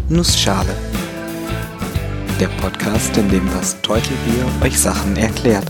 Nussschale. Der Podcast, in dem das Teutelbier euch Sachen erklärt.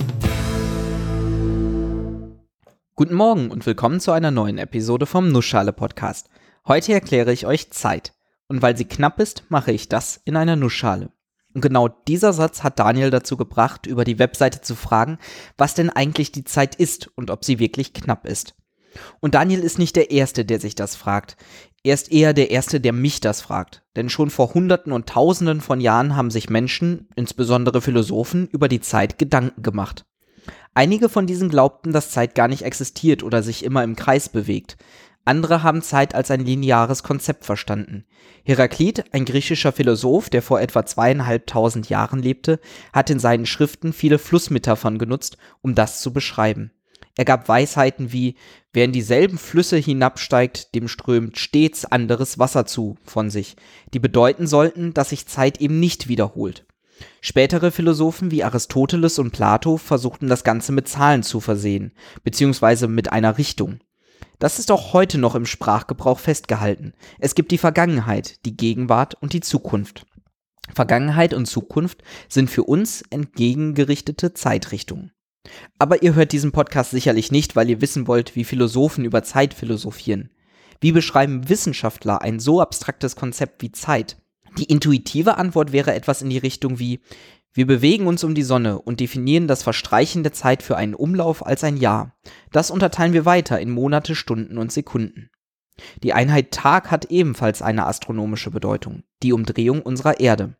Guten Morgen und willkommen zu einer neuen Episode vom Nussschale Podcast. Heute erkläre ich euch Zeit. Und weil sie knapp ist, mache ich das in einer Nussschale. Und genau dieser Satz hat Daniel dazu gebracht, über die Webseite zu fragen, was denn eigentlich die Zeit ist und ob sie wirklich knapp ist. Und Daniel ist nicht der Erste, der sich das fragt. Er ist eher der Erste, der mich das fragt. Denn schon vor Hunderten und Tausenden von Jahren haben sich Menschen, insbesondere Philosophen, über die Zeit Gedanken gemacht. Einige von diesen glaubten, dass Zeit gar nicht existiert oder sich immer im Kreis bewegt. Andere haben Zeit als ein lineares Konzept verstanden. Heraklit, ein griechischer Philosoph, der vor etwa 2500 Jahren lebte, hat in seinen Schriften viele Flussmetaphern genutzt, um das zu beschreiben. Er gab Weisheiten wie: Wer in dieselben Flüsse hinabsteigt, dem strömt stets anderes Wasser zu von sich, die bedeuten sollten, dass sich Zeit eben nicht wiederholt. Spätere Philosophen wie Aristoteles und Plato versuchten das Ganze mit Zahlen zu versehen, beziehungsweise mit einer Richtung. Das ist auch heute noch im Sprachgebrauch festgehalten. Es gibt die Vergangenheit, die Gegenwart und die Zukunft. Vergangenheit und Zukunft sind für uns entgegengerichtete Zeitrichtungen. Aber ihr hört diesen Podcast sicherlich nicht, weil ihr wissen wollt, wie Philosophen über Zeit philosophieren. Wie beschreiben Wissenschaftler ein so abstraktes Konzept wie Zeit? Die intuitive Antwort wäre etwas in die Richtung wie: Wir bewegen uns um die Sonne und definieren das Verstreichen der Zeit für einen Umlauf als ein Jahr. Das unterteilen wir weiter in Monate, Stunden und Sekunden. Die Einheit Tag hat ebenfalls eine astronomische Bedeutung, die Umdrehung unserer Erde.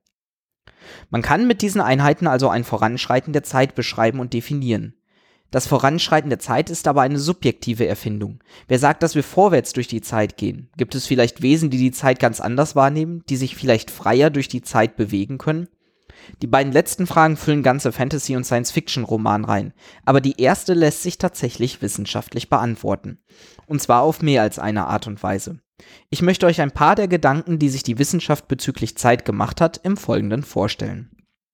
Man kann mit diesen Einheiten also ein Voranschreiten der Zeit beschreiben und definieren. Das Voranschreiten der Zeit ist aber eine subjektive Erfindung. Wer sagt, dass wir vorwärts durch die Zeit gehen? Gibt es vielleicht Wesen, die die Zeit ganz anders wahrnehmen, die sich vielleicht freier durch die Zeit bewegen können? Die beiden letzten Fragen füllen ganze Fantasy- und Science-Fiction-Roman rein, aber die erste lässt sich tatsächlich wissenschaftlich beantworten. Und zwar auf mehr als eine Art und Weise. Ich möchte euch ein paar der Gedanken, die sich die Wissenschaft bezüglich Zeit gemacht hat, im Folgenden vorstellen.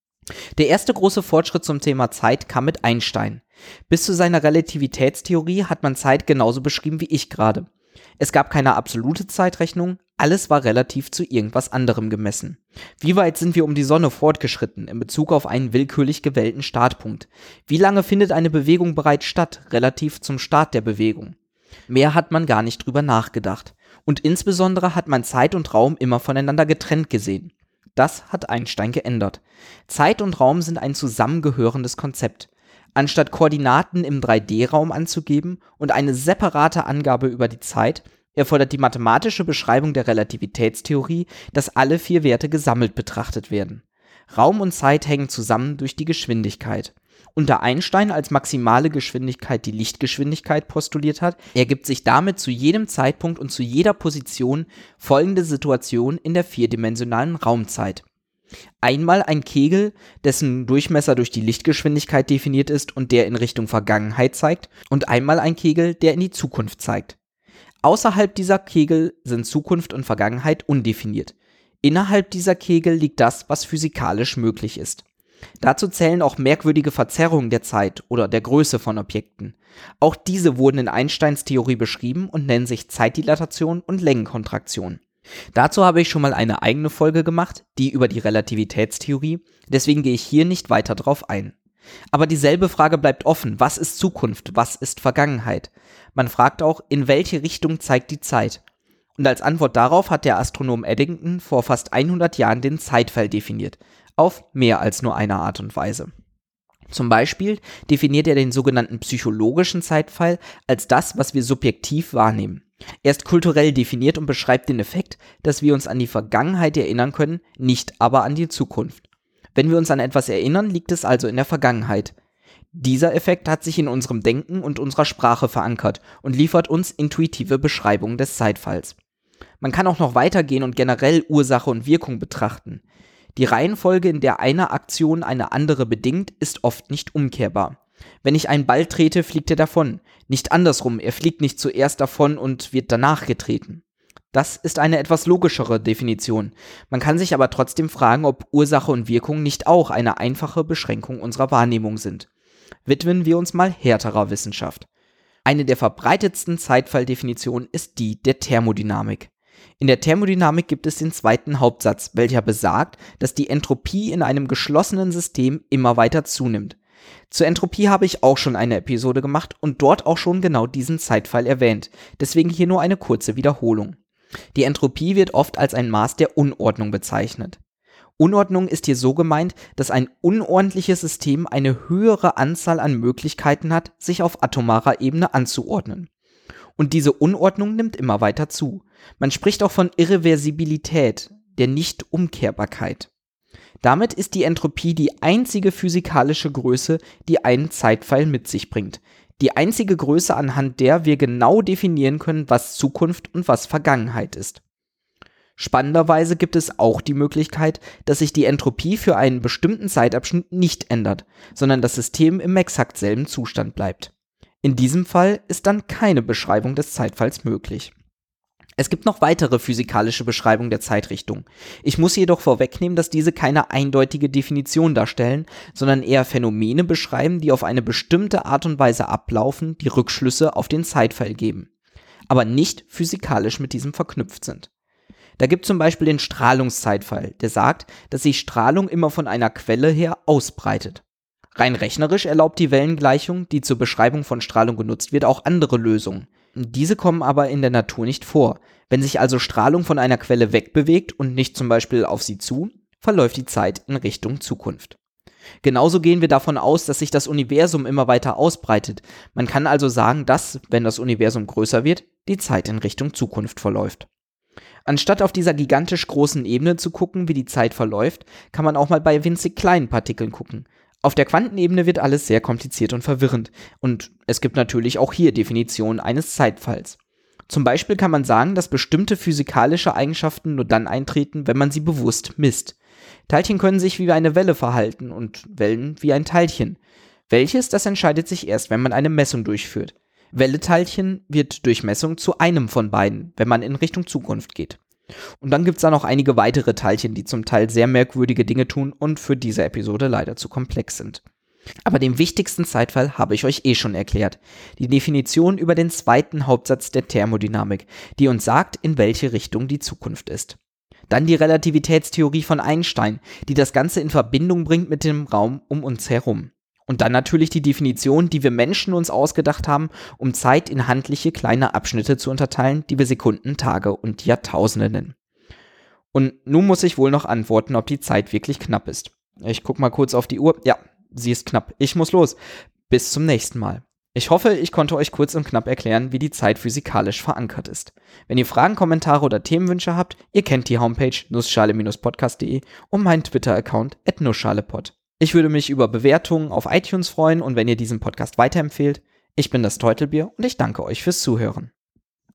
Der erste große Fortschritt zum Thema Zeit kam mit Einstein. Bis zu seiner Relativitätstheorie hat man Zeit genauso beschrieben wie ich gerade. Es gab keine absolute Zeitrechnung, alles war relativ zu irgendwas anderem gemessen. Wie weit sind wir um die Sonne fortgeschritten in Bezug auf einen willkürlich gewählten Startpunkt? Wie lange findet eine Bewegung bereits statt, relativ zum Start der Bewegung? Mehr hat man gar nicht drüber nachgedacht. Und insbesondere hat man Zeit und Raum immer voneinander getrennt gesehen. Das hat Einstein geändert. Zeit und Raum sind ein zusammengehörendes Konzept. Anstatt Koordinaten im 3D-Raum anzugeben und eine separate Angabe über die Zeit, erfordert die mathematische Beschreibung der Relativitätstheorie, dass alle 4 Werte gesammelt betrachtet werden. Raum und Zeit hängen zusammen durch die Geschwindigkeit. Und da Einstein als maximale Geschwindigkeit die Lichtgeschwindigkeit postuliert hat, ergibt sich damit zu jedem Zeitpunkt und zu jeder Position folgende Situation in der 4-dimensionalen Raumzeit. Einmal ein Kegel, dessen Durchmesser durch die Lichtgeschwindigkeit definiert ist und der in Richtung Vergangenheit zeigt, und einmal ein Kegel, der in die Zukunft zeigt. Außerhalb dieser Kegel sind Zukunft und Vergangenheit undefiniert. Innerhalb dieser Kegel liegt das, was physikalisch möglich ist. Dazu zählen auch merkwürdige Verzerrungen der Zeit oder der Größe von Objekten. Auch diese wurden in Einsteins Theorie beschrieben und nennen sich Zeitdilatation und Längenkontraktion. Dazu habe ich schon mal eine eigene Folge gemacht, die über die Relativitätstheorie, deswegen gehe ich hier nicht weiter drauf ein. Aber dieselbe Frage bleibt offen: Was ist Zukunft, was ist Vergangenheit? Man fragt auch, in welche Richtung zeigt die Zeit? Und als Antwort darauf hat der Astronom Eddington vor fast 100 Jahren den Zeitpfeil definiert, auf mehr als nur eine Art und Weise. Zum Beispiel definiert er den sogenannten psychologischen Zeitpfeil als das, was wir subjektiv wahrnehmen. Er ist kulturell definiert und beschreibt den Effekt, dass wir uns an die Vergangenheit erinnern können, nicht aber an die Zukunft. Wenn wir uns an etwas erinnern, liegt es also in der Vergangenheit. Dieser Effekt hat sich in unserem Denken und unserer Sprache verankert und liefert uns intuitive Beschreibungen des Zeitpfeils. Man kann auch noch weitergehen und generell Ursache und Wirkung betrachten. Die Reihenfolge, in der eine Aktion eine andere bedingt, ist oft nicht umkehrbar. Wenn ich einen Ball trete, fliegt er davon. Nicht andersrum, er fliegt nicht zuerst davon und wird danach getreten. Das ist eine etwas logischere Definition. Man kann sich aber trotzdem fragen, ob Ursache und Wirkung nicht auch eine einfache Beschränkung unserer Wahrnehmung sind. Widmen wir uns mal härterer Wissenschaft. Eine der verbreitetsten Zeitpfeildefinitionen ist die der Thermodynamik. In der Thermodynamik gibt es den zweiten Hauptsatz, welcher besagt, dass die Entropie in einem geschlossenen System immer weiter zunimmt. Zur Entropie habe ich auch schon eine Episode gemacht und dort auch schon genau diesen Zeitpfeil erwähnt, deswegen hier nur eine kurze Wiederholung. Die Entropie wird oft als ein Maß der Unordnung bezeichnet. Unordnung ist hier so gemeint, dass ein unordentliches System eine höhere Anzahl an Möglichkeiten hat, sich auf atomarer Ebene anzuordnen. Und diese Unordnung nimmt immer weiter zu. Man spricht auch von Irreversibilität, der Nichtumkehrbarkeit. Damit ist die Entropie die einzige physikalische Größe, die einen Zeitpfeil mit sich bringt. Die einzige Größe, anhand der wir genau definieren können, was Zukunft und was Vergangenheit ist. Spannenderweise gibt es auch die Möglichkeit, dass sich die Entropie für einen bestimmten Zeitabschnitt nicht ändert, sondern das System im exakt selben Zustand bleibt. In diesem Fall ist dann keine Beschreibung des Zeitpfeils möglich. Es gibt noch weitere physikalische Beschreibungen der Zeitrichtung. Ich muss jedoch vorwegnehmen, dass diese keine eindeutige Definition darstellen, sondern eher Phänomene beschreiben, die auf eine bestimmte Art und Weise ablaufen, die Rückschlüsse auf den Zeitpfeil geben, aber nicht physikalisch mit diesem verknüpft sind. Da gibt es zum Beispiel den Strahlungszeitpfeil, der sagt, dass sich Strahlung immer von einer Quelle her ausbreitet. Rein rechnerisch erlaubt die Wellengleichung, die zur Beschreibung von Strahlung genutzt wird, auch andere Lösungen. Diese kommen aber in der Natur nicht vor. Wenn sich also Strahlung von einer Quelle wegbewegt und nicht zum Beispiel auf sie zu, verläuft die Zeit in Richtung Zukunft. Genauso gehen wir davon aus, dass sich das Universum immer weiter ausbreitet. Man kann also sagen, dass, wenn das Universum größer wird, die Zeit in Richtung Zukunft verläuft. Anstatt auf dieser gigantisch großen Ebene zu gucken, wie die Zeit verläuft, kann man auch mal bei winzig kleinen Partikeln gucken. Auf der Quantenebene wird alles sehr kompliziert und verwirrend und es gibt natürlich auch hier Definitionen eines Zeitpfeils. Zum Beispiel kann man sagen, dass bestimmte physikalische Eigenschaften nur dann eintreten, wenn man sie bewusst misst. Teilchen können sich wie eine Welle verhalten und Wellen wie ein Teilchen. Welches, das entscheidet sich erst, wenn man eine Messung durchführt. Welle-Teilchen wird durch Messung zu einem von beiden, wenn man in Richtung Zukunft geht. Und dann gibt es da noch einige weitere Teilchen, die zum Teil sehr merkwürdige Dinge tun und für diese Episode leider zu komplex sind. Aber den wichtigsten Zeitpfeil habe ich euch schon erklärt. Die Definition über den zweiten Hauptsatz der Thermodynamik, die uns sagt, in welche Richtung die Zukunft ist. Dann die Relativitätstheorie von Einstein, die das Ganze in Verbindung bringt mit dem Raum um uns herum. Und dann natürlich die Definition, die wir Menschen uns ausgedacht haben, um Zeit in handliche kleine Abschnitte zu unterteilen, die wir Sekunden, Tage und Jahrtausende nennen. Und nun muss ich wohl noch antworten, ob die Zeit wirklich knapp ist. Ich gucke mal kurz auf die Uhr. Ja, sie ist knapp. Ich muss los. Bis zum nächsten Mal. Ich hoffe, ich konnte euch kurz und knapp erklären, wie die Zeit physikalisch verankert ist. Wenn ihr Fragen, Kommentare oder Themenwünsche habt, ihr kennt die Homepage nussschale-podcast.de und meinen Twitter-Account @nussschalepod. Ich würde mich über Bewertungen auf iTunes freuen und wenn ihr diesen Podcast weiterempfehlt. Ich bin das Teutelbier und ich danke euch fürs Zuhören.